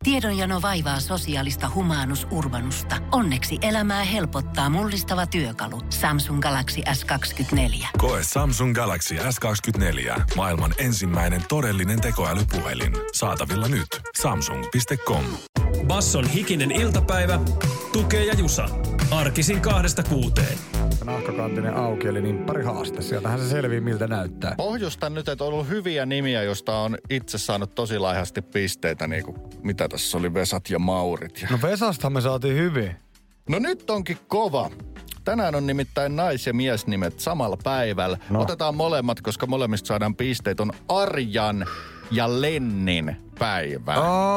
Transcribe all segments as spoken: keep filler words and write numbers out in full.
Tiedonjano vaivaa sosiaalista humanus urbanusta. Onneksi elämää helpottaa mullistava työkalu. Samsung Galaxy S kaksikymmentäneljä. Koe Samsung Galaxy S kaksikymmentäneljä. Maailman ensimmäinen todellinen tekoälypuhelin. Saatavilla nyt. samsung piste com. Basson hikinen iltapäivä. Tukee ja Jusa. Arkisin kahdesta kuuteen. Nahkakantinen auki, eli niin pari haaste. Sieltähän se selvii, miltä näyttää. Pohjustan nyt, että on ollut hyviä nimiä, josta on itse saanut tosi laihasti pisteitä, niin kuin mitä tässä oli, Vesat ja Maurit. Ja... No Vesasta me saatiin hyvin. No nyt onkin kova. Tänään on nimittäin nais- ja miesnimet samalla päivällä. No. Otetaan molemmat, koska molemmista saadaan pisteet. On Arjan ja Lennin päivä.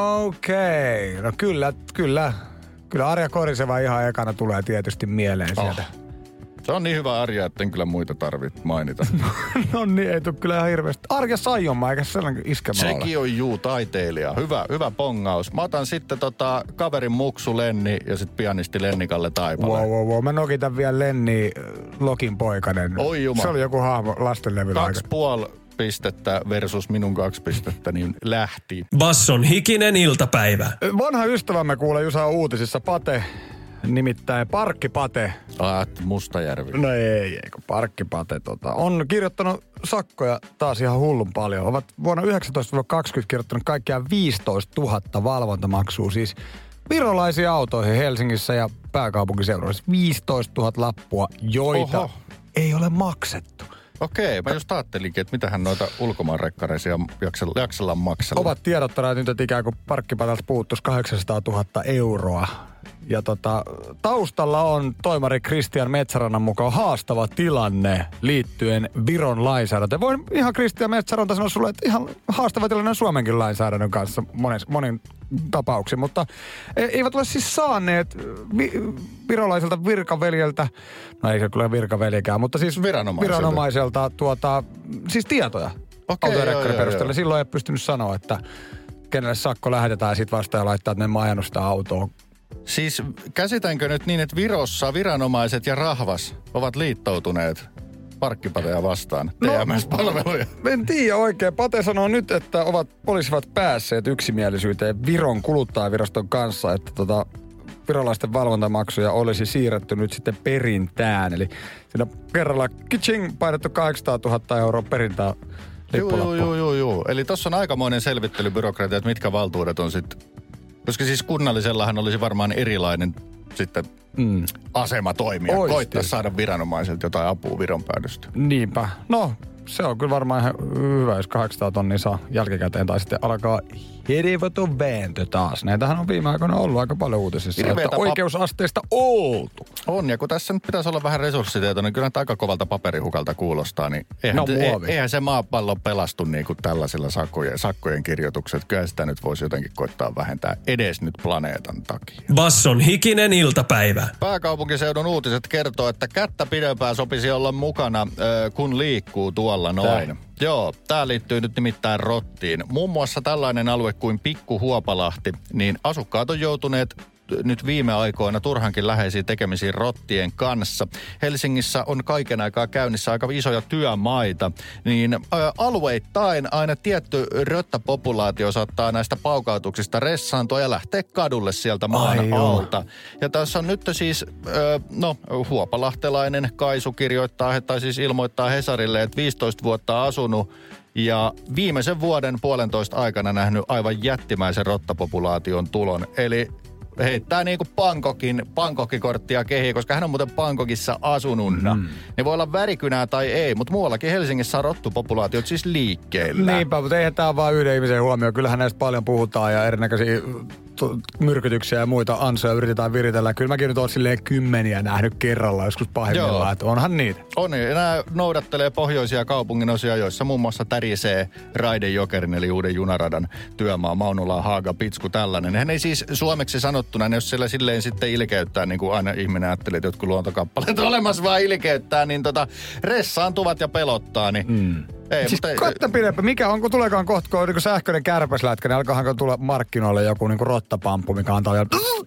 Okei. Okay. No kyllä, kyllä. Kyllä Arja Koriseva ihan ekana tulee tietysti mieleen sieltä. Oh. Se on niin hyvä Arja, että en kyllä muita tarvitse mainita. No niin, ei tule kyllä ihan hirveästi. Arja Saijonmaa, eikä sellainen iskemä ole. Sekin on juu taiteilija. Hyvä, hyvä pongaus. Mä otan sitten tota kaverin muksu Lenni ja sitten pianisti Lennikalle Taipale. Wow, wow, wow. Mä nokitan vielä Lenni Lokin poikainen. Oi juma. Se oli joku hahmo lastenlevyllä. Kaksi puoli pistettä versus minun kaksi pistettä, niin lähti. Basson hikinen iltapäivä. Vanha ystävämme kuulee Jusa uutisissa Pate, nimittäin Parkkipate. Ah, Mustajärvi. No ei, ei, kun Parkkipate tota, on kirjoittanut sakkoja taas ihan hullun paljon. Ovat vuonna yhdeksäntoista kaksikymmentä kirjoittanut kaikkiaan viisitoistatuhatta valvontamaksua, siis virolaisia autoihin Helsingissä ja pääkaupunkiseudulla. Siis viisitoistatuhatta lappua, joita Oho. ei ole maksettu. Okei, mä just ajattelinkin, että mitähän noita ulkomaanrekkareisia jaksellaan maksella. Ovat tiedottaneet nyt, että ikään kuin Parkkipatelta puuttuisi kahdeksansataatuhatta euroa. Ja tota, taustalla on toimari Kristian Metsärannan mukaan haastava tilanne liittyen Viron lainsäädäntöön. Voin ihan Kristian Metsäranta sanoa sulle, että ihan haastava tilanne Suomenkin lainsäädännön kanssa monin, monin tapauksin. Mutta eivät ole siis saaneet vi, virolaiselta virkaveljeltä, no ei se kyllä virkaveljekään, mutta siis viranomaiselta, viranomaiselta tuota, siis tietoja autorekkarin perusteella. Silloin ei pystynyt sanoa, että kenelle sakko lähetetään ja sitten vasta ja laittaa, että ne majannut sitä autoa. Siis käsitänkö nyt niin, että Virossa viranomaiset ja rahvas ovat liittoutuneet Parkkipatea vastaan T M S-palveluja? No, en tiedä oikein. Pate sanoo nyt, että ovat, olisivat päässeet yksimielisyyteen Viron kuluttajaviraston kanssa, että tota, virolaisten valvontamaksuja olisi siirretty nyt sitten perintään. Eli siinä kerralla kiching painettu kahdeksansataatuhatta euroa perintää lippulappu. Joo, joo, joo, joo. Eli tossa on aikamoinen selvittelybyrokratia, että mitkä valtuudet on sitten. Koska siis kunnallisellahan olisi varmaan erilainen sitten mm. asema toimia. Ois koittaa tietysti saada viranomaiselta jotain apua Viron päädystä. Niinpä. No, se on kyllä varmaan ihan hyvä, jos kahdeksansataa tonnia saa jälkikäteen. Tai sitten alkaa hirveätön vääntö taas. Näitähän on viime aikoina ollut aika paljon uutisissa, että pap- oikeusasteista oltu. On, ja kun tässä nyt pitäisi olla vähän resurssitietoa, niin kyllä aika kovalta paperihukalta kuulostaa. Niin eihän, no, e- eihän se maapallo pelastu niin kuin tällaisilla sakkojen, sakkojen kirjoitukset. Kyllä sitä nyt voisi jotenkin koittaa vähentää edes nyt planeetan takia. Basson hikinen iltapäivä. Pääkaupunkiseudun uutiset kertoo, että kättä pidempään sopisi olla mukana, äh, kun liikkuu tuolla noin. Tää. Joo, tää liittyy nyt nimittäin rottiin. Muun muassa tällainen alue kuin Pikku Huopalahti, niin asukkaat on joutuneet nyt viime aikoina turhankin läheisiin tekemisiin rottien kanssa. Helsingissä on kaiken aikaa käynnissä aika isoja työmaita, niin ä, alueittain aina tietty röttäpopulaatio saattaa näistä paukautuksista ressaantua ja lähteä kadulle sieltä maan Ai alta. Joo. Ja tässä on nyt siis, ä, no, huopalahtelainen Kaisu kirjoittaa, tai siis ilmoittaa Hesarille, että viisitoista vuotta asunut ja viimeisen vuoden puolentoista aikana nähnyt aivan jättimäisen rottapopulaation tulon. Eli heittää niinku Bangkokin, Bangkok-korttia kehiin, koska hän on muuten Bangkokissa asunnunna. Mm. Ne voi olla värikynää tai ei, mutta muuallakin Helsingissä on rottupopulaatiot siis liikkeellä. Niinpä, mutta eihän tää vaan yhden ihmisen huomioon. Kyllähän näistä paljon puhutaan ja erinäköisiä myrkytyksiä ja muita ansoja yritetään viritellä. Kyllä mäkin nyt oon silleen kymmeniä nähnyt kerralla joskus pahimmillaan, että onhan niitä. On, ja nämä noudattelee pohjoisia kaupunginosia, joissa muun muassa tärisee Raidejokerin eli uuden junaradan työmaa, Maunula, Haaga, Pitsku, tällainen. Hän ei siis suomeksi sanottuna, jos siellä silleen sitten ilkeyttää, niin kuin aina ihminen ajattelee, että jotkut luontokappaleet on olemassa vaan ilkeyttää, niin tota, ressaantuvat ja pelottaa, niin mm. Ei, siis mutta katta pidempä. Mikä on, kun tuleekaan kohta, kun on niin sähköinen kärpäslätkä, niin alkaahan tulla markkinoille joku niin rottapamppu, mikä antaa vielä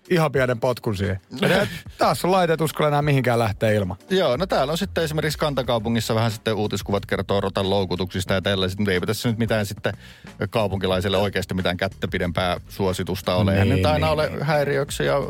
ihan pienen potkun siihen. Taas on laite, et uskalla enää mihinkään lähteä ilman. Joo, no täällä on sitten esimerkiksi Kantakaupungissa vähän sitten uutiskuvat kertoo rotan loukutuksista ja tällaiset, mutta eipä tässä nyt mitään sitten kaupunkilaisille oikeasti mitään kättä pidempää suositusta ole. Eihän Niin, nyt aina niin, ole niin. häiriöksi ja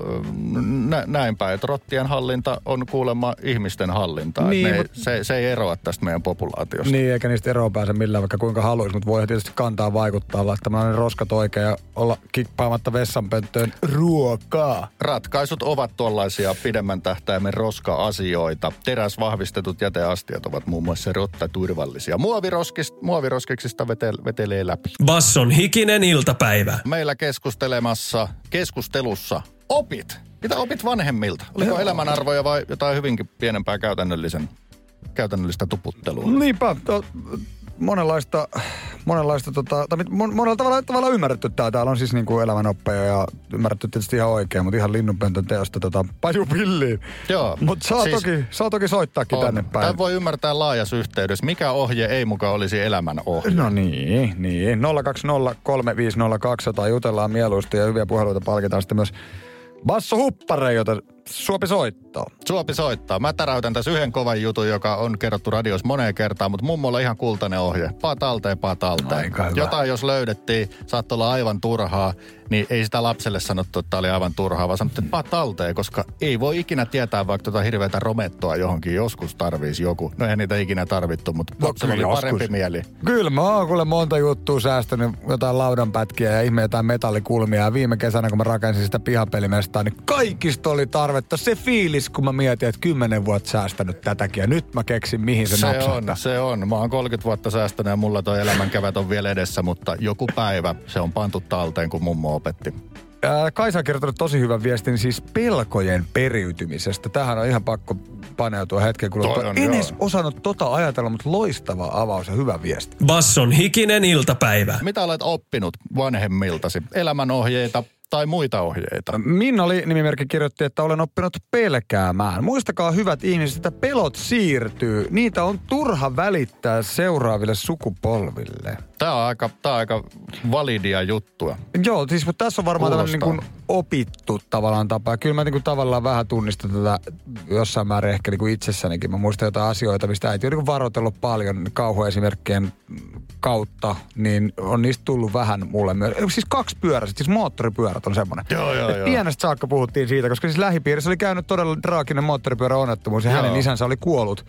nä- näin päin. Että rottien hallinta on kuulemma ihmisten hallintaa. Niin, ne, mut... se, se ei eroa tästä meidän populaatiosta. Niin, eikä niistä eroa pääse millään vaikka kuinka haluaisi, mutta voi tietysti kantaa vaikuttaa laittamalla ne roskat oikein ja olla kikpaamatta vessanpönttöön ruokaa. Ratkaisut ovat tuollaisia pidemmän tähtäimen roska-asioita. Teräsvahvistetut jäteastiat ovat muun muassa rottaturvallisia. Muoviroskista, muoviroskiksista vetel, vetelee läpi. Basson hikinen iltapäivä. Meillä keskustelemassa, keskustelussa opit. Mitä opit vanhemmilta? Oliko Joo. elämänarvoja vai jotain hyvinkin pienempää käytännöllisen, käytännöllistä tuputtelua? Niinpä, to, monenlaista, monenlaista tota, tai mon, monella tavalla, tavalla ymmärretty tää. Täällä on siis niinku elämänoppeja ja ymmärretty tietysti ihan oikein, mutta ihan linnunpöntön teosta tota, pajupilliin. Joo. Mutta saa, siis toki, saa toki soittaakin on. tänne päin. Tämä voi ymmärtää laajassa yhteydessä. Mikä ohje ei mukaan olisi elämän ohje? No niin, niin. nolla kaksi nolla kolme viisi nolla kaksi nolla nolla jutellaan mieluusti ja hyviä puheluita palkitaan sitten myös Basso Huppare, jota Suopi soittaa. Suopi soittaa. Mä täräytän tässä yhden kovan jutun, joka on kerrottu radiossa moneen kertaan, mutta mummolla ihan kultainen ohje. Paa talteen, paa talteen. Aika hyvä. Jotain jos löydettiin, saattoi olla aivan turhaa, niin ei sitä lapselle sanottu, että oli aivan turhaa, vaan sanottu, että paa talteen, koska ei voi ikinä tietää, vaikka tota hirveätä romettoa johonkin joskus tarvisi joku. No eihän niitä ikinä tarvittu, mutta No, lapsella oli joskus. parempi mieli. Kyllä mä oon kuule monta juttua säästänyt, jotain laudanpätkiä ja ihme jotain metallikulmia. Ja viime kesänä, kun mä rakensin sitä pihapelimestaa, niin kaikista oli tarvetta. Se fiilis, kun mä mietin, että kymmenen vuotta säästänyt tätäkin ja nyt mä keksin, mihin se, Se napsahtaa. on, se on. Mä oon kolmekymmentä vuotta säästänyt ja mulla toi elämänkävät on vielä edessä, mutta joku päivä se on pantu talteen, kun mummo opetti. Ää, Kaisa on kertonut tosi hyvän viestin siis pelkojen periytymisestä. Tähän on ihan pakko paneutua hetken kuluttua. Toi on, En joo. edes osannut tota ajatella, mutta loistava avaus ja hyvä viesti. Basson hikinen iltapäivä. Mitä olet oppinut vanhemmiltasi? Elämänohjeita tai muita ohjeita? Minna oli nimimerkki kirjoitti, että olen oppinut pelkäämään. Muistakaa hyvät ihmiset, että pelot siirtyy. Niitä on turha välittää seuraaville sukupolville. Tää on aika, tää on aika validia juttua. Joo, siis mutta tässä on varmaan tämmöinen Kuulostaa. niin kuin opittu tavallaan tapa. Kyllä mä niin kuin tavallaan vähän tunnistan tätä jossain määrin ehkä niin kuin itsessänikin. Mä muistan jotain asioita, mistä äiti on niin kuin varoitellut paljon kauhuesimerkkien kautta, niin on niistä tullut vähän mulle myös. Siis kaksipyöräiset, siis moottoripyörät on semmoinen. Joo, joo, Et joo. pienestä saakka puhuttiin siitä, koska siis lähipiirissä oli käynyt todella traaginen moottoripyöräonnettomuus ja Joo. hänen isänsä oli kuollut.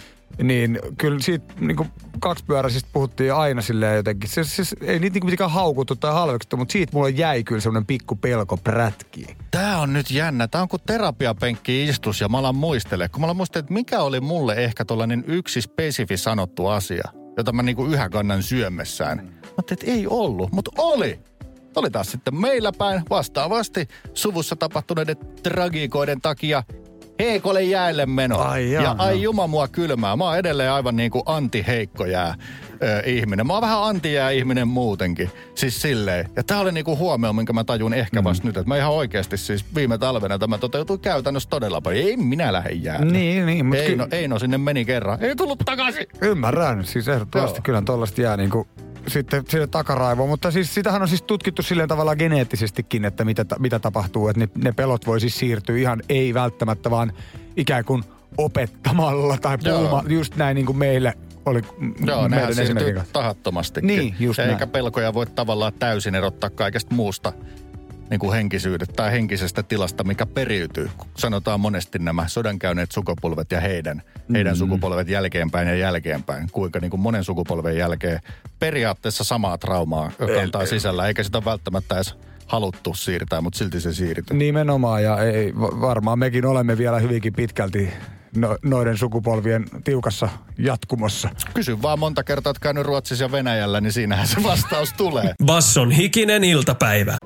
Niin kyllä siitä niin kaksipyöräisistä puhuttiin aina silleen jotenkin. Se, se, se, ei niitä niin mitenkään haukuttu tai halveksittu, mutta siitä mulla jäi kyllä semmoinen pikku pelko prätkiin. Tää on nyt jännä. Tää on kuin terapiapenkki istus ja mä alan muistele. Kun mä alan muistele, että mikä oli mulle ehkä tollainen yksi spesifi sanottu asia, jota mä niinku yhä kannan syömessään. Mä ajattelin, että ei ollut, mutta oli. Oli taas sitten meillä päin vastaavasti suvussa tapahtuneiden tragiikoiden takia heikolle jäälle meno. Ai jaa, ja ai joo. juma mua kylmää. Mä oon edelleen aivan niin kuin anti-heikkojää ö, ihminen. Mä oon vähän anti-jää ihminen muutenkin. Siis silleen. Ja tää oli niinku huomio, minkä mä tajun ehkä vasta mm. nyt. Että mä ihan oikeasti siis viime talvena tämä toteutui käytännössä todella paljon. Ei minä lähde jäälle. Niin, niin, mutta Eino, Eino sinne meni kerran. Ei tullut takaisin. ymmärrän. Siis ehdottomasti Joo. kyllä tollaista jää niinku sitten sille takaraivoon. Mutta siis sitähän on siis tutkittu silleen tavallaan geneettisestikin, että mitä, mitä tapahtuu. Että ne, ne pelot voi siis siirtyä ihan ei välttämättä, vaan ikään kuin opettamalla tai puhuma, just näin niin kuin meille oli m- Joo, nehän meidän siirtyy esimerkiksi. tahattomastikin. Niin, just Eikä näin. pelkoja voi tavallaan täysin erottaa kaikesta muusta niin kuin henkisyydestä tai henkisestä tilasta, mikä periytyy. Sanotaan monesti nämä sodankäyneet sukupolvet ja heidän, mm. heidän sukupolvet jälkeenpäin ja jälkeenpäin. Kuinka niin kuin monen sukupolven jälkeen periaatteessa samaa traumaa kantaa sisällä, eikä sitä välttämättä edes haluttu siirtää, mutta silti se siirtyy. Nimenomaan, ja ei, va- varmaan mekin olemme vielä hyvinkin pitkälti no, noiden sukupolvien tiukassa jatkumossa. Kysy vaan monta kertaa, että käynyt Ruotsissa ja Venäjällä, niin siinähän se vastaus tulee. Basson hikinen iltapäivä.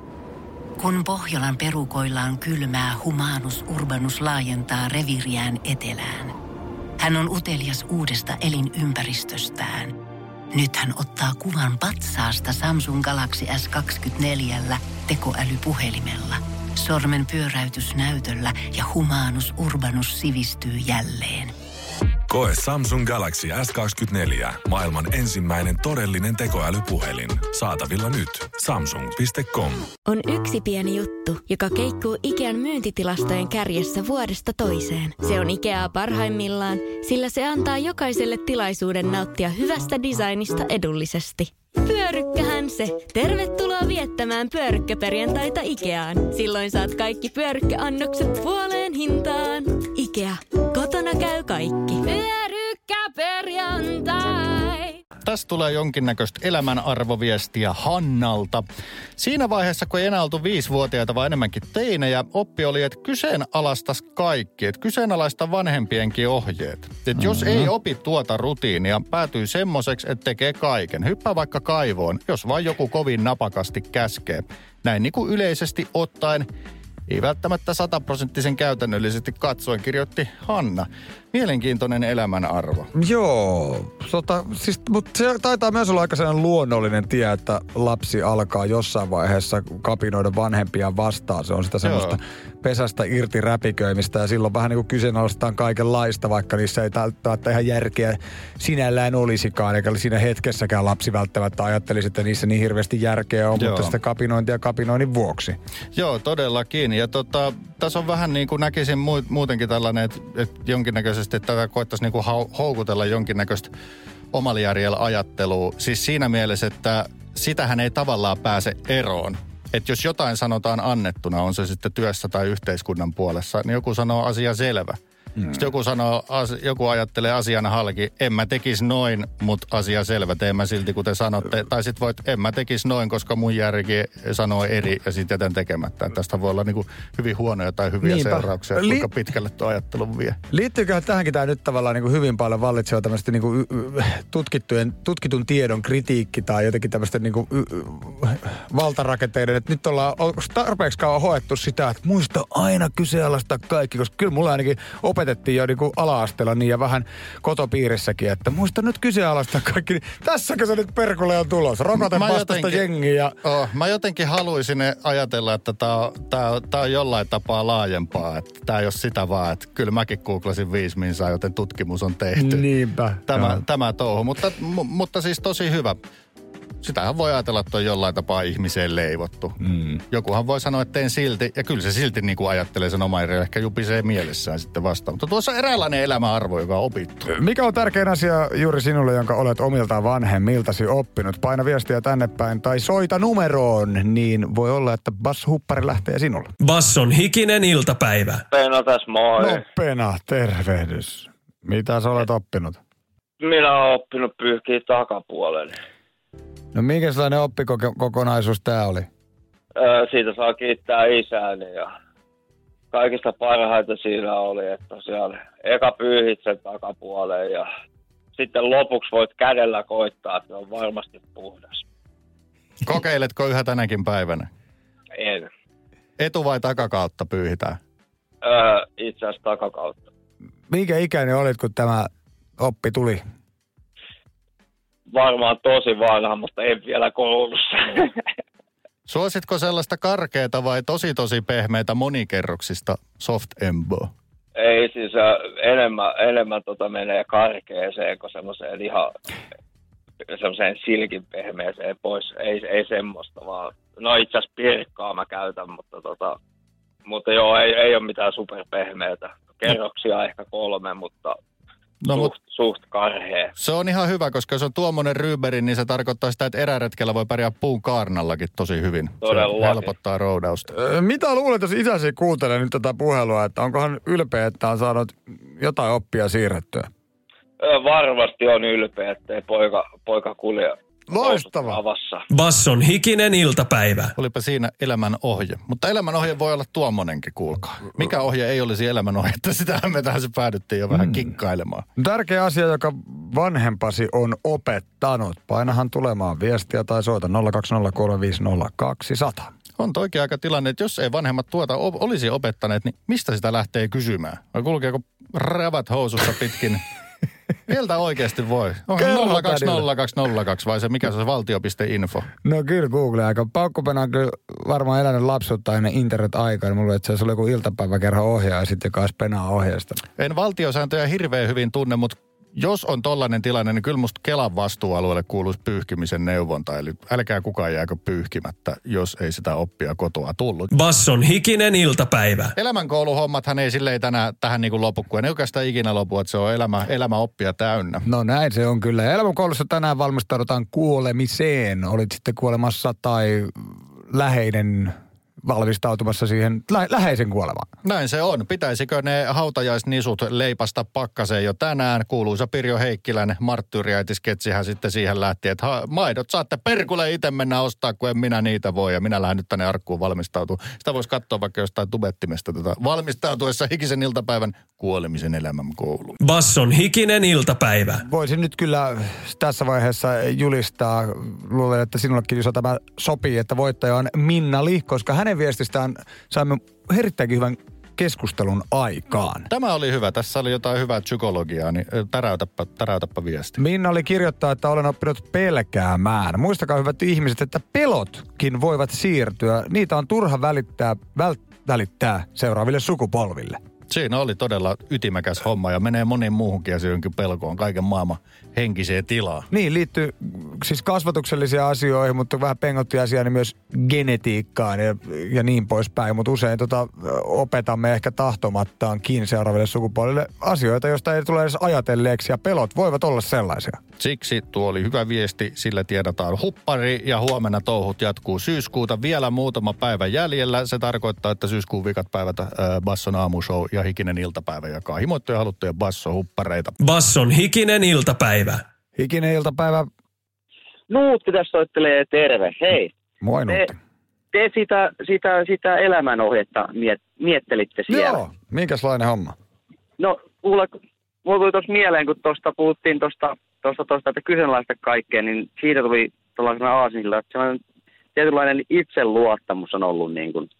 Kun Pohjolan perukoillaan kylmää, Humanus Urbanus laajentaa reviiriään etelään. Hän on utelias uudesta elinympäristöstään. Nyt hän ottaa kuvan patsaasta Samsung Galaxy S kaksikymmentäneljä tekoälypuhelimella. Sormen pyöräytys näytöllä ja Humanus Urbanus sivistyy jälleen. Koe Samsung Galaxy S kaksikymmentäneljä. Maailman ensimmäinen todellinen tekoälypuhelin. Saatavilla nyt. samsung piste com. On yksi pieni juttu, joka keikkuu Ikean myyntitilastojen kärjessä vuodesta toiseen. Se on Ikeaa parhaimmillaan, sillä se antaa jokaiselle tilaisuuden nauttia hyvästä designista edullisesti. Pyörykkähän se. Tervetuloa viettämään pyörykkäperjantaita Ikeaan. Silloin saat kaikki pyörykkäannokset puoleen hintaan. Ikea. Kotona käy kaikki. Pyörykkäperjantai. Tästä tulee jonkinnäköistä elämänarvoviestiä Hannalta. Siinä vaiheessa, kun ei enää oltu viisivuotiaita, vaan enemmänkin teinejä, oppi oli, että kyseenalaistas kaikki. Että kyseenalaista vanhempienkin ohjeet. Että mm-hmm. jos ei opi tuota rutiinia, päätyy semmoiseksi, että tekee kaiken. Hyppää vaikka kaivoon, jos vain joku kovin napakasti käskee. Näin niin kuin yleisesti ottaen, ei välttämättä sataprosenttisen käytännöllisesti katsoen, kirjoitti Hanna. Mielenkiintoinen elämänarvo. Joo, tota, siis, mutta se taitaa myös olla aika sellainen luonnollinen tie, että lapsi alkaa jossain vaiheessa kapinoida vanhempia vastaan. Se on sitä semmoista Joo. pesästä irti räpiköimistä ja silloin vähän niin kuin kyseenalaistetaan kaikenlaista, vaikka niissä ei välttämättä ihan järkeä sinällään olisikaan, eikä siinä hetkessäkään lapsi välttämättä ajattelisi, että niissä niin hirveästi järkeä on, Joo. mutta sitä kapinointia kapinoinnin vuoksi. Joo, todellakin. Ja tota, tässä on vähän niin kuin näkisin muutenkin tällainen, että, että jonkinnäköisesti että tätä koettaisiin niin kuin houkutella jonkinnäköistä omalijärjellä ajattelua. Siis siinä mielessä, että sitähän ei tavallaan pääse eroon. Että jos jotain sanotaan annettuna, on se sitten työssä tai yhteiskunnan puolessa, niin joku sanoo asia selvä. Mm. Sitten joku sanoo, joku ajattelee asiana halki, en mä tekisi noin, mutta asia selvä, teen mä silti kuten sanotte. Tai sitten voit, en mä tekisi noin, koska mun järki sanoo eri ja sitten jätän tekemättä. Tästä voi olla niinku hyvin huonoja tai hyviä Niinpä. seurauksia, Li- kuinka pitkälle tuo ajattelu vie. Liittyyköhän tähänkin tämä nyt tavallaan niinku hyvin paljon vallitseva tämmöistä niinku y- y- tutkittujen, tutkitun tiedon kritiikki tai jotenkin tämmöistä niinku y- y- valtarakenteiden, että nyt ollaan tarpeeksi kauan hoettu sitä, että muista aina kyseenalaistaa kaikki, koska kyllä mulla ainakin opetettiin jo niin kuin ala-asteella niin ja vähän kotopiirissäkin, että muista nyt kyseenalaistaa kaikki. Niin tässäkö se nyt perkulle on tulos? Rokote vastasta jengiä. Oh, mä jotenkin haluaisin ajatella, että tää on, tää, on, tää on jollain tapaa laajempaa. Että tää ei ole sitä vaan, että kyllä mäkin googlasin viisi minsaa, joten tutkimus on tehty. Niinpä. Tämä, tämä touhu, mutta, m- mutta siis tosi hyvä. Sitähän voi ajatella, että on jollain tapaa ihmiseen leivottu. Mm. Jokuhan voi sanoa, että teen silti, ja kyllä se silti niin kuin ajattelee sen oma eri, ehkä jupisee mielessään sitten vastaan. Mutta tuossa on eräänlainen elämäarvo, joka on opittu. Mikä on tärkein asia juuri sinulle, jonka olet omiltaan vanhemmiltasi oppinut? Paina viestiä tänne päin tai soita numeroon, niin voi olla, että Basso Huppari lähtee sinulle. Basson hikinen iltapäivä. Pena tässä, moi. No Pena, tervehdys. Mitä sä olet oppinut? Minä olen oppinut pyyhkiä takapuolelle. No minkä sellainen oppikokonaisuus tää oli? Öö, siitä saa kiittää isääni ja kaikista parhaita siinä oli, että tosiaan eka pyyhit sen takapuoleen ja sitten lopuksi voit kädellä koittaa, että on varmasti puhdas. Kokeiletko yhä tänäkin päivänä? En. Etu- vai takakautta pyyhitään? Öö, itse asiassa takakautta. Minkä ikäinen olit, kun tämä oppi tuli? Varmaan tosi vanha, mutta en vielä koulussa. Suositko sellaista karkeata vai tosi tosi pehmeitä monikerroksista soft emboa? Ei siis enemmän, enemmän tota menee karkeeseen kuin semmoiseen ihan semmoiseen silkin pehmeeseen pois. Ei, ei semmoista vaan. No itse asiassa pirkkaa mä käytän, mutta, tota, mutta joo, ei, ei ole mitään superpehmeitä. Kerroksia ehkä kolme, mutta... No, suht, mut, suht karhea. Se on ihan hyvä, koska jos on tuommoinen ryyberin, niin se tarkoittaa sitä, että eräretkellä voi pärjää puun kaarnallakin tosi hyvin. Todellakin. Se helpottaa roudausta. Öö, mitä luulet, jos isäsi kuuntelee nyt tätä puhelua, että onkohan ylpeä, että on saanut jotain oppia siirrettyä? Öö, varmasti on ylpeä, ettei poika, poika kulje Loistavaa. Basson hikinen iltapäivä. Olipa siinä elämän ohje. Mutta elämän ohje voi olla tuommoinenkin, kuulkaa. Mikä ohje ei olisi elämän ohje, että sitähän me tähän se päädyttiin jo vähän mm. kikkailemaan. Tärkeä asia, joka vanhempasi on opettanut. Painahan tulemaan viestiä tai soita nolla kaksi nolla kolme viisi nolla kaksi nolla nolla. On toikin aika tilanne, että jos ei vanhemmat tuota olisi opettaneet, niin mistä sitä lähtee kysymään? Vai kulkeeko ravat housussa pitkin Keltä oikeasti voi? Onko nolla kaksi nolla kaksi nolla kaksi vai se mikä se on valtio piste info? No kyllä Google-aika. Paukkupena on kyllä varmaan elänyt lapsuutta ennen internet-aikaa. Mulla että se oli joku iltapäiväkerho ohjaaja sitten, joka olisi penaa ohjeesta. En valtiosääntöjä hirveän hyvin tunne, mutta jos on tollainen tilanne, niin kyllä musta Kelan vastuualueelle kuuluisi pyyhkimisen neuvonta. Eli älkää kukaan jääkö pyyhkimättä, jos ei sitä oppia kotoa tullut. Basson hikinen iltapäivä. Elämänkouluhommathan ei silleen tänään, tähän niin kuin lopu, kun ei oikeastaan ikinä lopu, että se on elämä, elämäoppia täynnä. No näin se on kyllä. Elämänkoulussa tänään valmistaudutaan kuolemiseen. Olit sitten kuolemassa tai läheinen valmistautumassa siihen lä- läheisen kuolemaan. Näin se on. Pitäisikö ne hautajaisnisut leipasta pakkaseen jo tänään? Kuuluisa Pirjo Heikkilän marttyyriäitisketsihän sitten siihen lähti, että ha- maidot saatte perkulle itse mennä ostaa, kun en minä niitä voi. Ja minä lähden nyt tänne arkkuun valmistautumaan. Sitä voisi katsoa vaikka jostain tubettimesta tota, valmistautuessa hikisen iltapäivän kuolemisen elämänkouluun. Basson hikinen iltapäivä. Voisin nyt kyllä tässä vaiheessa julistaa, luulen, että sinullekin Jusa tämä sopii, että voittaja on Minna Li, koska hänen viestistään saimme erittäinkin hyvän keskustelun aikaan. Tämä oli hyvä. Tässä oli jotain hyvää psykologiaa, niin täräytäpä, täräytäpä viesti. Minna oli kirjoittaa, että olen oppinut pelkäämään. Muistakaa hyvät ihmiset, että pelotkin voivat siirtyä. Niitä on turha välittää, väl, välittää seuraaville sukupolville. Siinä oli todella ytimäkäs homma ja menee moniin muuhunkin asioihin pelkoon, kaiken maailman henkiseen tilaan. Niin, liittyy siis kasvatuksellisiin asioihin, mutta vähän pengotti asiaa, niin myös genetiikkaan ja, ja niin poispäin. Mutta usein tota, opetamme ehkä tahtomattaankin seuraaville sukupolville asioita, joista ei tule edes ajatelleeksi ja pelot voivat olla sellaisia. Siksi tuo oli hyvä viesti, sillä tiedotaan huppari ja huomenna touhut jatkuu syyskuuta. Vielä muutama päivä jäljellä. Se tarkoittaa, että syyskuun vikat päivät äh, Basson aamushow ja hikinen iltapäivä jakaa himoittuja haluttuja Basso-huppareita. Basson hikinen iltapäivä. Hikinen iltapäivä. Nuutti tässä soittelee, terve. Hei. Moi Nuutti. Te, te sitä, sitä, sitä elämänohjetta miet, miettelitte siellä. Joo, minkäslainen homma? No, kuule, mulla tuli tuossa mieleen, kun tuosta puhuttiin tuosta, tuosta, tuosta, että kyseenalaista kaikkea, niin siitä tuli tuollaisena aasinilla, että sellainen tietynlainen itseluottamus on ollut niin kuin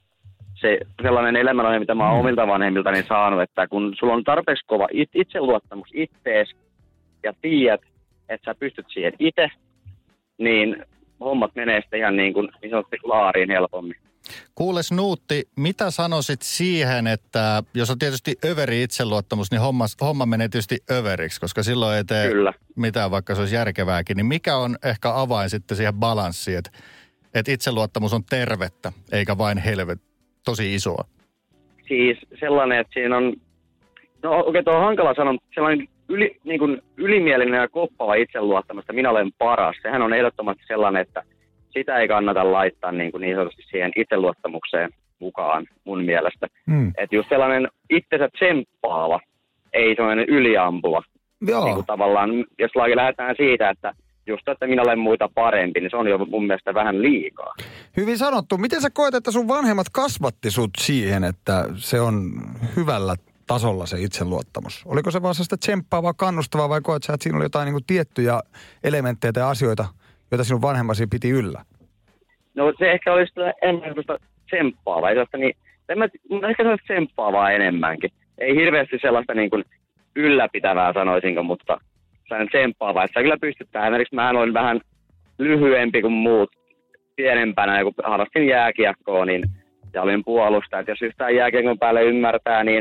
se sellainen elämänohje, mitä mä oon omilta vanhemmiltani saanut, että kun sulla on tarpeeksi kova it, itseluottamus ittees ja tiedät, että sä pystyt siihen itse, niin hommat menee sitten ihan niin kuin niin sanotusti laariin helpommin. Kuules Nuutti, mitä sanoisit siihen, että jos on tietysti överi itseluottamus, niin homma, homma menee tietysti överiksi, koska silloin ei tee Kyllä. mitään, vaikka se olisi järkevääkin. Niin mikä on ehkä avain sitten siihen balanssiin, että, että itseluottamus on tervettä, eikä vain helvet, tosi isoa? Siis sellainen, että siinä on, no okei, okay, tuo on hankala sanoa, sellainen yli, niin kuin ylimielinen ja koppava itseluottamus, että minä olen paras. Sehän on ehdottomasti sellainen, että sitä ei kannata laittaa niin, kuin niin sanotusti siihen itseluottamukseen mukaan mun mielestä. Mm. Että just sellainen itsensä tsemppaava, ei sellainen yliampuva. Joo. Niin kuin tavallaan, jos lähdetään siitä, että just, että minä olen muita parempi, niin se on jo mun mielestä vähän liikaa. Hyvin sanottu. Miten sä koet, että sun vanhemmat kasvatti sut siihen, että se on hyvällä tasolla se itseluottamus? Oliko se vaan sitä tsemppaavaa, kannustavaa vai koet sä, että siinä oli jotain niin kuin tiettyjä elementtejä tai asioita, joita sinun vanhemmasi piti yllä? No se ehkä oli sitä enemmän sellaista tsemppaavaa. Niin, en mä, ehkä sellaista tsemppaavaa enemmänkin. Ei hirveästi sellaista niin kuin ylläpitävää sanoisinko, mutta sellainen tsemppaavaa. Että sä kyllä pystyt tähän. Esimerkiksi mä olin vähän lyhyempi kuin muut pienempänä, ja kun harrastin jääkiekkoa, niin ja olin puolustaja. Että jos yhtään jääkiekon päälle ymmärtää, niin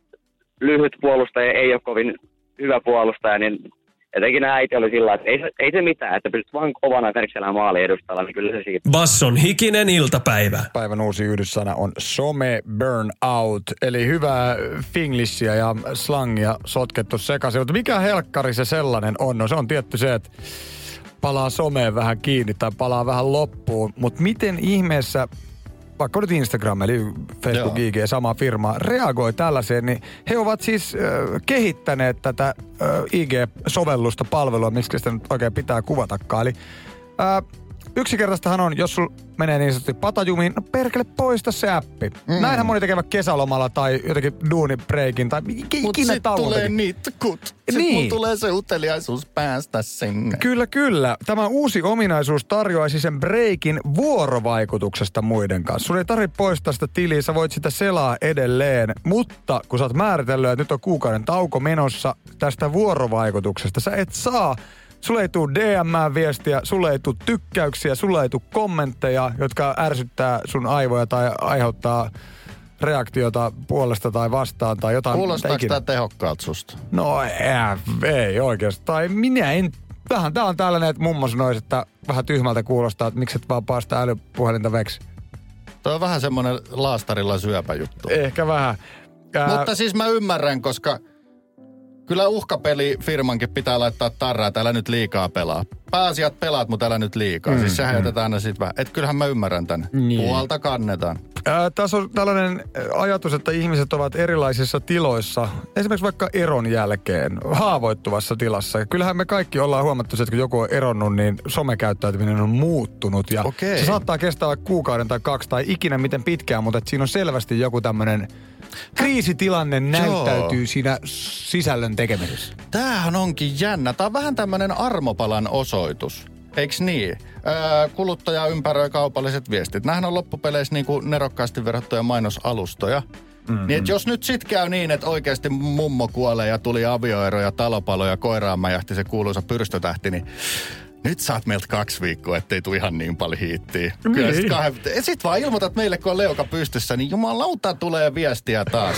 lyhyt puolustaja ei ole kovin hyvä puolustaja, niin etenkin äiti oli sillä, että ei se, ei se mitään, että pystyt vaan kovana esimerkiksi siellä maali edustalla, niin kyllä se siitä. Basson hikinen iltapäivä. Päivän uusi yhdyssana on some burnout, eli hyvää finglishia ja slangia sotkettu sekaisin. Mutta mikä helkkari se sellainen on? No se on tietty se, että palaa someen vähän kiinni tai palaa vähän loppuun, mutta miten ihmeessä vaikka nyt Instagram eli Facebook Joo. I G, sama firma, reagoi tällaiseen, niin he ovat siis äh, kehittäneet tätä äh, I G-sovellusta, palvelua, miksi sitä nyt oikein pitää kuvatakaan. Eli äh, yksinkertaistahan on, jos sul menee niin sanotusti patajumiin, no perkele poista se appi. Mm. Näinhän moni tekevät kesälomalla tai jotenkin duunibreikin tai ikinä tauon. Mut sit tulee nitkut. Sitten niin. Mun tulee se uteliaisuus päästä sinne. Kyllä, kyllä. Tämä uusi ominaisuus tarjoaisi sen breikin vuorovaikutuksesta muiden kanssa. Sun ei tarvitse poistaa sitä tiliä, sä voit sitä selaa edelleen. Mutta kun sä oot määritellyt, että nyt on kuukauden tauko menossa tästä vuorovaikutuksesta, sä et saa. Sulle ei tule D M-viestiä, sulle ei tule tykkäyksiä, sulle ei tule kommentteja, jotka ärsyttää sun aivoja tai aiheuttaa reaktiota puolesta tai vastaan tai jotain. Kuulostaako tämä tehokkaalta susta? No ei, ei oikeastaan. Tai minä en. Tähän tää on tällainen, että mummo sanoisi, että vähän tyhmältä kuulostaa, että miksi et vaan paasta älypuhelinta veksi. Tuo on vähän semmoinen laastarilla syöpäjuttu. Ehkä vähän. Ää... Mutta siis mä ymmärrän, koska kyllä uhkapelifirmankin pitää laittaa tarraa, että älä nyt liikaa pelaa. Pääasiat pelaat, mutta älä nyt liikaa. Mm, siis sehän mm. jätetään aina sit vähän. Et kyllähän mä ymmärrän tän. Niin. Puolta kannetaan. Ää, tässä on tällainen ajatus, että ihmiset ovat erilaisissa tiloissa. Esimerkiksi vaikka eron jälkeen, haavoittuvassa tilassa. Kyllähän me kaikki ollaan huomattu, että kun joku on eronnut, niin somekäyttäytyminen on muuttunut. Ja okay. Se saattaa kestää vaikka kuukauden tai kaksi tai ikinä miten pitkään, mutta siinä on selvästi joku tämmöinen kriisitilanne näyttäytyy Joo. siinä sisällön tekemisessä. Tämähän onkin jännä. Tämä on vähän tämmöinen armopalan osoitus. Eiks niin? Öö, kuluttaja ympäröi kaupalliset viestit. Nämähän on loppupeleissä niin kuin nerokkaasti verrattuja mainosalustoja. Mm-hmm. Niin, että jos nyt sit käy niin, että oikeasti mummo kuolee ja tuli avioero ja talopalo ja koiraan mäjähti se kuuluisa pyrstötähti, niin nyt saat meiltä kaksi viikkoa, ettei tule ihan niin paljon hiittiä. Niin. Kyllä sit, kahden... sit vaan ilmoitat meille, kun on leuka pystyssä, niin jumalauta tulee viestiä taas.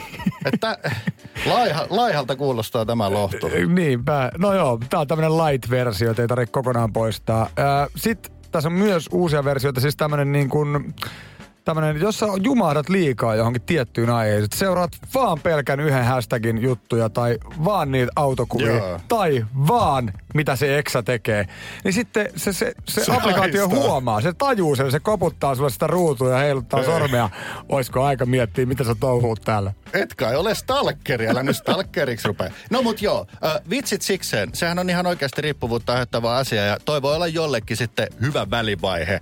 Että laiha, laihalta kuulostaa tämä lohtu. Niinpä. No joo, tää on tämmönen light-versio, ei tarvitse kokonaan poistaa. Sitten tässä on myös uusia versioita, siis tämmönen niin kuin tämmönen, jos sä jumahdat liikaa johonkin tiettyyn aiheeseen, seuraat vaan pelkän yhden hashtagin juttuja tai vaan niitä autokuvia Joo. tai vaan mitä se Exa tekee, niin sitten se, se, se, se applikaatio haistaa. Huomaa, se tajuu sen, se koputtaa sulle sitä ruutua ja heiluttaa Ei. sormea. Oisko aika miettiä, mitä sä touhuut täällä? Et kai ole stalkeri, älä nyt stalkeriksi rupea. No mut joo, äh, vitsit sikseen, sehän on ihan oikeasti riippuvuutta aiheuttava asia ja toi voi olla jollekin sitten hyvä välivaihe.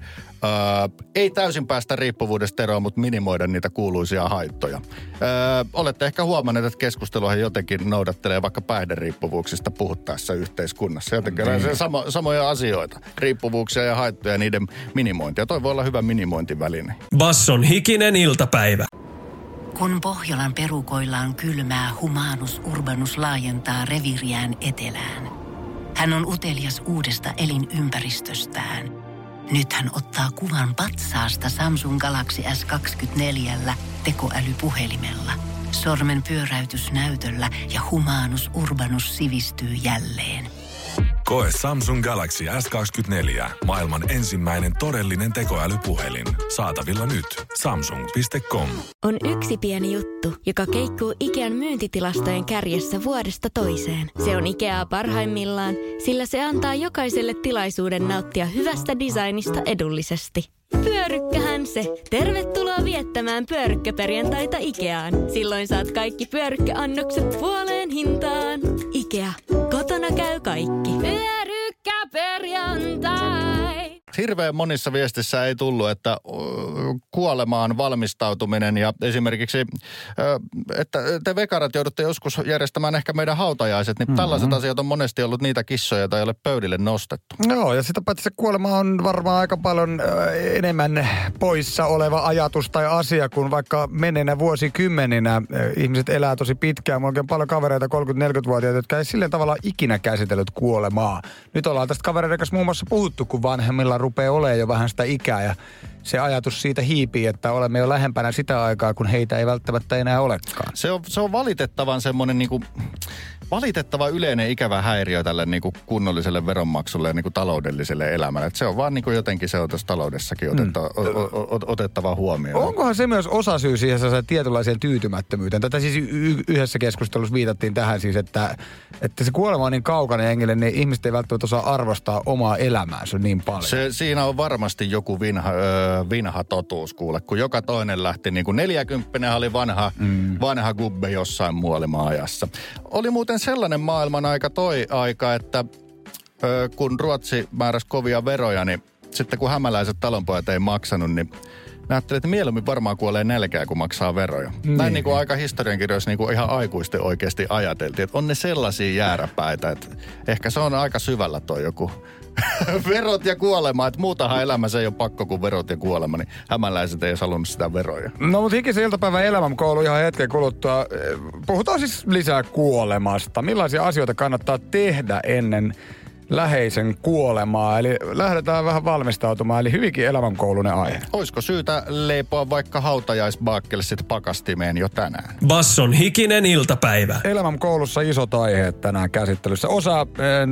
Öö, ei täysin päästä riippuvuudesta eroon, mutta minimoida niitä kuuluisia haittoja. Öö, olette ehkä huomanneet, että keskusteluhan jotenkin noudattelee vaikka päihderiippuvuuksista puhuttaessa yhteiskunnassa. Jotenkin mm. se samo, samoja asioita. Riippuvuuksia ja haittoja ja niiden minimointia. Toi voi olla hyvä minimointiväline. Basson hikinen iltapäivä. Kun Pohjolan perukoillaan kylmää, Humanus Urbanus laajentaa reviriään etelään. Hän on utelias uudesta elinympäristöstään. Nyt hän ottaa kuvan patsaasta Samsung Galaxy S kaksikymmentäneljä tekoälypuhelimella. Sormen pyöräytys näytöllä ja Humanus Urbanus sivistyy jälleen. Koe Samsung Galaxy S kaksikymmentäneljä. Maailman ensimmäinen todellinen tekoälypuhelin. Saatavilla nyt. samsung piste com. On yksi pieni juttu, joka keikkuu Ikean myyntitilastojen kärjessä vuodesta toiseen. Se on Ikeaa parhaimmillaan, sillä se antaa jokaiselle tilaisuuden nauttia hyvästä designista edullisesti. Pyörykkähän se. Tervetuloa viettämään pyörykkäperjantaita Ikeaan. Silloin saat kaikki pyörykkäannokset puoleen hintaan. Ikea. Kotona käy kaikki. Pyörykkäperjantai. Hirveän monissa viestissä ei tullut, että kuolemaan valmistautuminen ja esimerkiksi, että te vekarat joudutte joskus järjestämään ehkä meidän hautajaiset, niin mm-hmm. tällaiset asiat on monesti ollut niitä kissoja, joita ei ole pöydille nostettu. Joo, ja sitä paitsi se kuolema on varmaan aika paljon enemmän poissa oleva ajatus tai asia, kuin vaikka menneenä vuosikymmeninä ihmiset elää tosi pitkään. Mulla on paljon kavereita, kolmekymmentä-neljäkymmentävuotiaita, jotka ei silleen tavalla ikinä käsitellyt kuolemaa. Nyt ollaan tästä kavereiden kanssa muun muassa puhuttu, kun vanhemmilla rupeaa olemaan jo vähän sitä ikää ja se ajatus siitä hiipii, että olemme jo lähempänä sitä aikaa, kun heitä ei välttämättä enää olekaan. Se on, se on valitettavan semmoinen niinku, valitettava yleinen ikävä häiriö tälle niinku kunnolliselle veronmaksulle ja niinku taloudelliselle elämälle. Et se on vaan niinku jotenkin se on tässä taloudessakin otetta, mm. o, o, otettava huomioon. Onkohan se myös osa syy siihen tietynlaiseen tyytymättömyyteen? Tätä siis y- yhdessä keskustelussa viitattiin tähän siis, että, että se kuolema on niin kaukana hengille, niin ihmiset ei välttämättä osaa arvostaa omaa elämäänsä niin paljon. Se, siinä on varmasti joku vinha, öö, vinha totuus kuule, kun joka toinen lähti niin kuin neljäkymppinen oli vanha, mm. vanha gubbe jossain muolimaa-ajassa. Oli muuten sellainen maailman aika toi aika, että ö, kun Ruotsi määräsi kovia veroja, niin sitten kun hämäläiset talonpojat ei maksanut, niin ne ajattelee, että mieluummin varmaan kuolee nälkää, kun maksaa veroja. Niin. Näin niin kuin aika historiankirjoissa niin kuin ihan aikuisten oikeasti ajateltiin, että on ne sellaisia jääräpäitä, että ehkä se on aika syvällä toi joku verot ja kuolema. Että muutahan elämässä ei ole pakko kuin verot ja kuolema, niin hämäläiset ei edes halunnut sitä veroja. No mutta hikisen iltapäivän elämänkoulu ihan hetken kuluttua. Puhutaan siis lisää kuolemasta. Millaisia asioita kannattaa tehdä ennen läheisen kuolemaa, eli lähdetään vähän valmistautumaan, eli hyvinkin elämänkoulunen aihe. Olisiko syytä leipoa vaikka hautajaisbaakkelle sitten pakastimeen jo tänään? Basson hikinen iltapäivä. Elämänkoulussa isot aiheet tänään käsittelyssä. Osa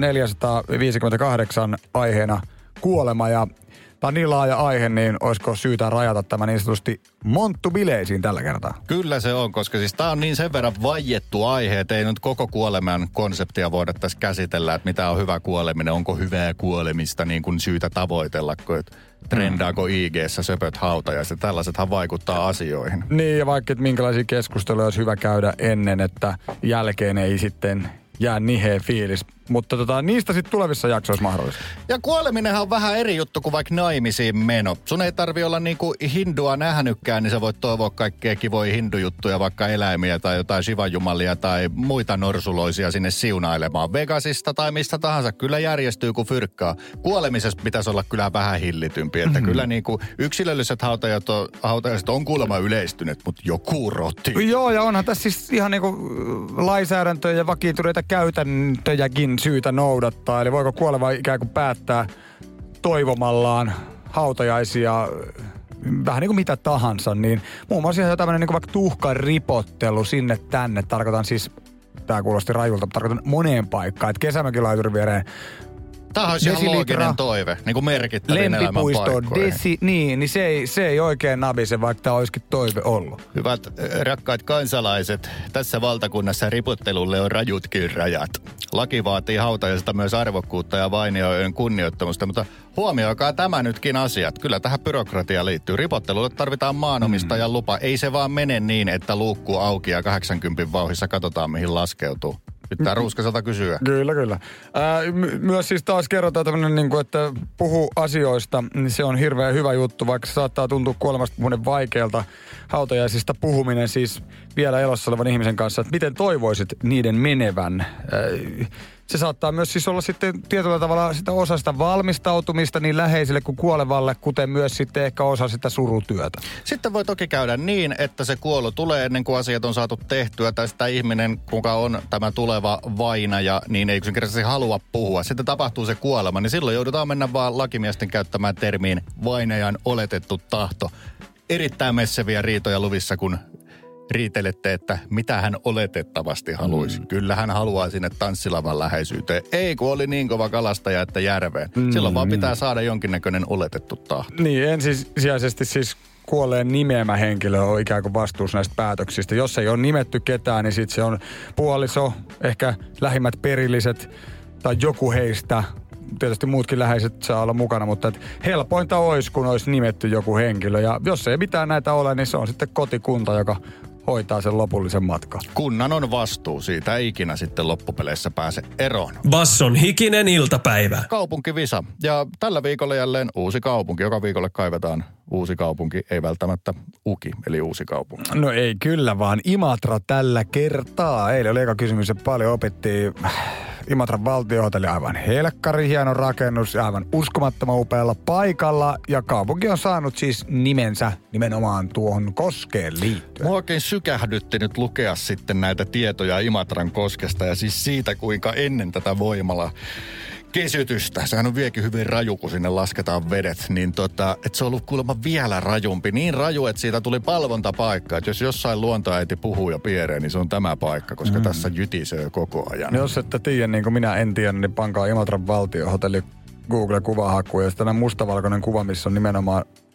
neljäsataaviisikymmentäkahdeksan aiheena kuolema, ja tämä on niin laaja aihe, niin olisiko syytä rajata tämä niin sanotusti monttubileisiin tällä kertaa? Kyllä se on, koska siis tämä on niin sen verran vaiettu aihe, että ei nyt koko kuoleman konseptia voida tässä käsitellä, että mitä on hyvä kuoleminen, onko hyvää kuolemista niin kuin syytä tavoitella, kun trendaako I G:ssä söpöt hautajaiset, tällaisethan vaikuttaa asioihin. Niin, ja vaikka että minkälaisia keskusteluja olisi hyvä käydä ennen, että jälkeen ei sitten jää niheä fiilis. Mutta tota, niistä sitten tulevissa jaksoissa mahdollista. Ja kuoleminenhan on vähän eri juttu kuin vaikka naimisiin meno. Sun ei tarvi olla niinku hindua nähnytkään, niin sä voit toivoa kaikkea kivoja hindujuttuja, vaikka eläimiä tai jotain shivajumalia tai muita norsuloisia sinne siunailemaan. Vegasista tai mistä tahansa kyllä järjestyy kuin fyrkkaa. Kuolemisessa pitäisi olla kyllä vähän hillitympi, että mm-hmm. kyllä niinku yksilölliset hautajat on, hautajaiset on kuulemma yleistyneet, mutta joku rotti. Joo, ja onhan tässä siis ihan niinku lainsäädäntöjä ja vakiintuneita käytäntöjäkin syytä noudattaa. Eli voiko kuoleva ikään kuin päättää toivomallaan hautajaisia vähän niin kuin mitä tahansa, niin muun muassa ihan tämmöinen niin kuin vaikka tuhkan ripottelu sinne tänne. Tarkoitan siis, tää kuulosti rajulta, mutta tarkoitan moneen paikkaan, että kesämökilaiturin viereen Tämä olisi ihan looginen toive, niin kuin merkittävin lempipuisto, desi, niin, niin se ei, se ei oikein nabise, vaikka tämä olisikin toive ollut. Hyvät rakkaat kansalaiset, tässä valtakunnassa ripottelulle on rajutkin rajat. Laki vaatii hautajasta myös arvokkuutta ja vainioiden kunnioittamusta, mutta huomioikaa tämä nytkin asiat. Kyllä tähän byrokratiaan liittyy. Ripottelulle tarvitaan maanomistajan lupa. Ei se vaan mene niin, että luukku auki ja kahdeksankymmenen vauhissa katsotaan mihin laskeutuu. Pitää Ruuskaselta kysyä. Kyllä, kyllä. Ää, my- myös siis taas kerrotaan tämmöinen, niin kuin, että puhu asioista, niin se on hirveän hyvä juttu, vaikka se saattaa tuntua kuolemasta puhuminen vaikealta. Hautajaisista puhuminen siis vielä elossa olevan ihmisen kanssa, että miten toivoisit niiden menevän. Ää, se saattaa myös siis olla sitten tietyllä tavalla sitä osa sitä valmistautumista niin läheisille kuin kuolevalle, kuten myös sitten ehkä osa sitä surutyötä. Sitten voi toki käydä niin, että se kuolo tulee ennen kuin asiat on saatu tehtyä, tai sitä ihminen, kuka on tämä tuleva vainaja, niin ei yksinkertaisesti halua puhua. Sitten tapahtuu se kuolema, niin silloin joudutaan mennä vaan lakimiesten käyttämään termiin vainajan oletettu tahto. Erittäin messeviä riitoja luvissa, kun riitelette, että mitä hän oletettavasti haluaisi. Mm. Kyllä hän haluaa sinne tanssilavan läheisyyteen. Ei, kun oli niin kova kalastaja, että järveen. Mm. Silloin vaan pitää saada jonkinnäköinen oletettu tahto. Niin, ensisijaisesti siis kuolleen nimeämä henkilö on ikään kuin vastuussa näistä päätöksistä. Jos ei ole nimetty ketään, niin sitten se on puoliso, ehkä lähimmät perilliset tai joku heistä. Tietysti muutkin läheiset saa olla mukana, mutta helpointa olisi, kun olisi nimetty joku henkilö. Ja jos ei mitään näitä ole, niin se on sitten kotikunta, joka hoitaa sen lopullisen matkan. Kunnan on vastuu, siitä ei ikinä sitten loppupeleissä pääse eroon. Basson hikinen iltapäivä. Kaupunkivisa. Ja tällä viikolla jälleen uusi kaupunki. Joka viikolle kaivetaan uusi kaupunki, ei välttämättä Uki, eli uusi kaupunki. No ei kyllä, vaan Imatra tällä kertaa. Eilen oli eka kysymys, että paljon opittiin. Imatran valtiohotelli, aivan helkkari hieno rakennus, aivan uskomattoman upealla paikalla. Ja kaupunki on saanut siis nimensä nimenomaan tuohon koskeen liittyen. Mua oikein sykähdytti nyt lukea sitten näitä tietoja Imatran koskesta ja siis siitä, kuinka ennen tätä voimala kesytystä. Sehän on vieläkin hyvin raju, kun sinne lasketaan vedet. Niin tota, että se on ollut kuulemma vielä rajumpi. Niin raju, että siitä tuli palvontapaikka. Että jos jossain luontoäiti puhuu ja pieree, niin se on tämä paikka, koska mm. tässä jytisee koko ajan. Jos ette tiedä, niin kuin minä en tiedä, niin pankaa Imatran valtiohotelli Google-kuvahakuun. Ja sitten mustavalkoinen kuva, missä on nimenomaan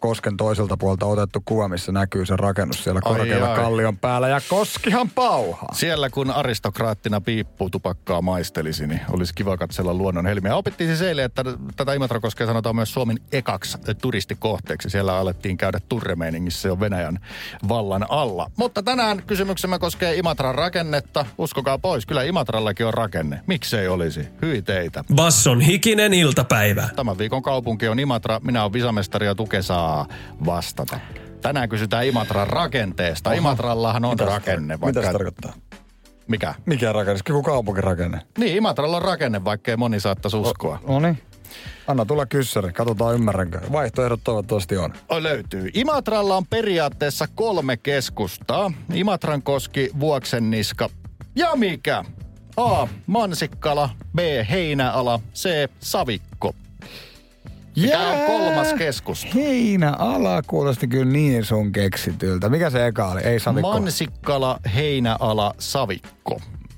kosken toiselta puolta otettu kuva, missä näkyy se rakennus siellä korkealla kallion päällä. Ja koskihan pauhaa. Siellä kun aristokraattina piippuu tupakkaa maistelisi, niin olisi kiva katsella luonnon helmiä. Opittiin siis eilen, että tätä Imatrakoskea sanotaan myös Suomen ekaksi turistikohteeksi. Siellä alettiin käydä turremeiningissä, se on Venäjän vallan alla. Mutta tänään kysymyksemme koskee Imatran rakennetta. Uskokaa pois, kyllä Imatrallakin on rakenne. Miksei olisi? Hyi teitä. Basson hikinen iltapäivä. Tämän viikon kaupunki on Imatra. Minä olen visamestari ja Tuke saa vastata. Tänään kysytään Imatran rakenteesta. Oho. Imatrallahan on Mitäs rakenne. Vaikka... Mitä se tarkoittaa? Mikä? Mikä rakenne? Joku kaupunkirakenne. Niin, Imatralla on rakenne, vaikkei moni saattaisi uskoa. No niin. Anna tulla kyssäri. Katsotaan ymmärränkö. Vaihtoehdot toivottavasti on. O, löytyy. Imatralla on periaatteessa kolme keskustaa. Imatran koski, Vuoksenniska ja mikä? A. Mansikkala, B. Heinäala, C. Savikko. Mikä on kolmas keskusta? Heinäala kuulosti kyllä niin sun keksityltä. Mikä se eka oli? Ei Savikko. Mansikkala, Heinäala, Savikko.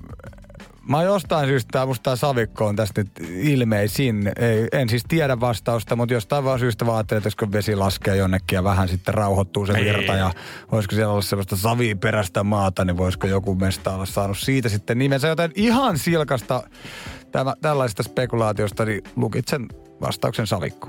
Mä jostain syystä, musta tää Savikko on tästä nyt ilmeisin. Ei, en siis tiedä vastausta, mutta jostain vaan syystä vaan ajattelin, että jos vesi laskee jonnekin ja vähän sitten rauhoittuu se virta ja voisiko siellä olla sellaista saviperäistä maata, niin voisiko joku mesta olla saanut siitä sitten nimensä. Joten ihan silkasta tämä, tällaisesta spekulaatiosta, niin lukitsen vastauksen Savikko.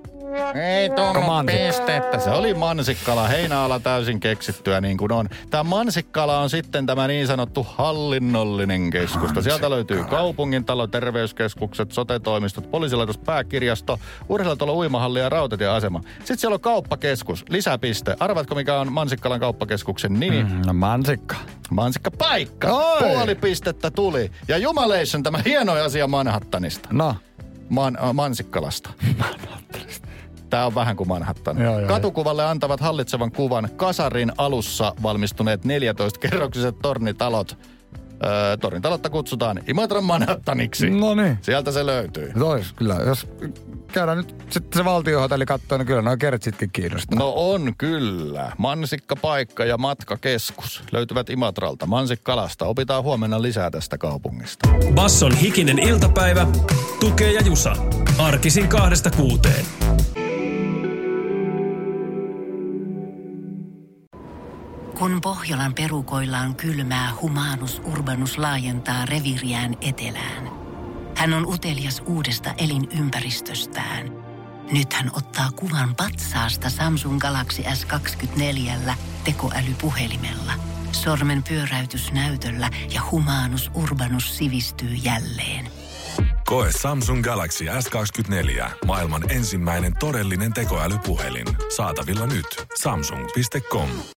Ei tullut pistettä. Se oli Mansikkala. Heinäala täysin keksittyä niin kuin on. Tämä Mansikkala on sitten tämä niin sanottu hallinnollinen keskusta. Sieltä löytyy kaupungintalo, terveyskeskukset, sote-toimistot, poliisilaitos, pääkirjasto, urheilutalo, uimahalli ja rautatieasema. Sitten siellä on kauppakeskus. Lisäpiste. Arvatko mikä on Mansikkalan kauppakeskuksen nimi? Mm, no Mansikka. Mansikka paikka. Oi. Puoli pistettä tuli. Ja jumalation tämä hieno asia Manhattanista. No. Man, äh, Mansikkalasta. Manhattanista. Tää on vähän kuin Manhattan. Joo, joo, Katukuvalle joo. Antavat hallitsevan kuvan kasarin alussa valmistuneet neljätoista-kerroksiset tornitalot. Öö, tornitalotta kutsutaan Imatran Manhattaniksi. No niin. Sieltä se löytyy. Tois, kyllä. Jos käydään nyt sitten se valtiohotelli kattoo, niin kyllä noin kertsitkin kiinnostaa. No on kyllä. Mansikkapaikka ja matkakeskus löytyvät Imatralta. Mansikkalasta. Opitaan huomenna lisää tästä kaupungista. Basson hikinen iltapäivä. Tukee ja Jusa. Arkisin kahdesta kuuteen. Kun Pohjolan perukoillaan kylmää, Humanus Urbanus laajentaa reviiriään etelään. Hän on utelias uudesta elinympäristöstään. Nyt hän ottaa kuvan patsaasta Samsung Galaxy S kaksikymmentäneljä tekoälypuhelimella. Sormen pyöräytys näytöllä ja Humanus Urbanus sivistyy jälleen. Koe Samsung Galaxy S kaksikymmentäneljä. Maailman ensimmäinen todellinen tekoälypuhelin. Saatavilla nyt. Samsung piste com.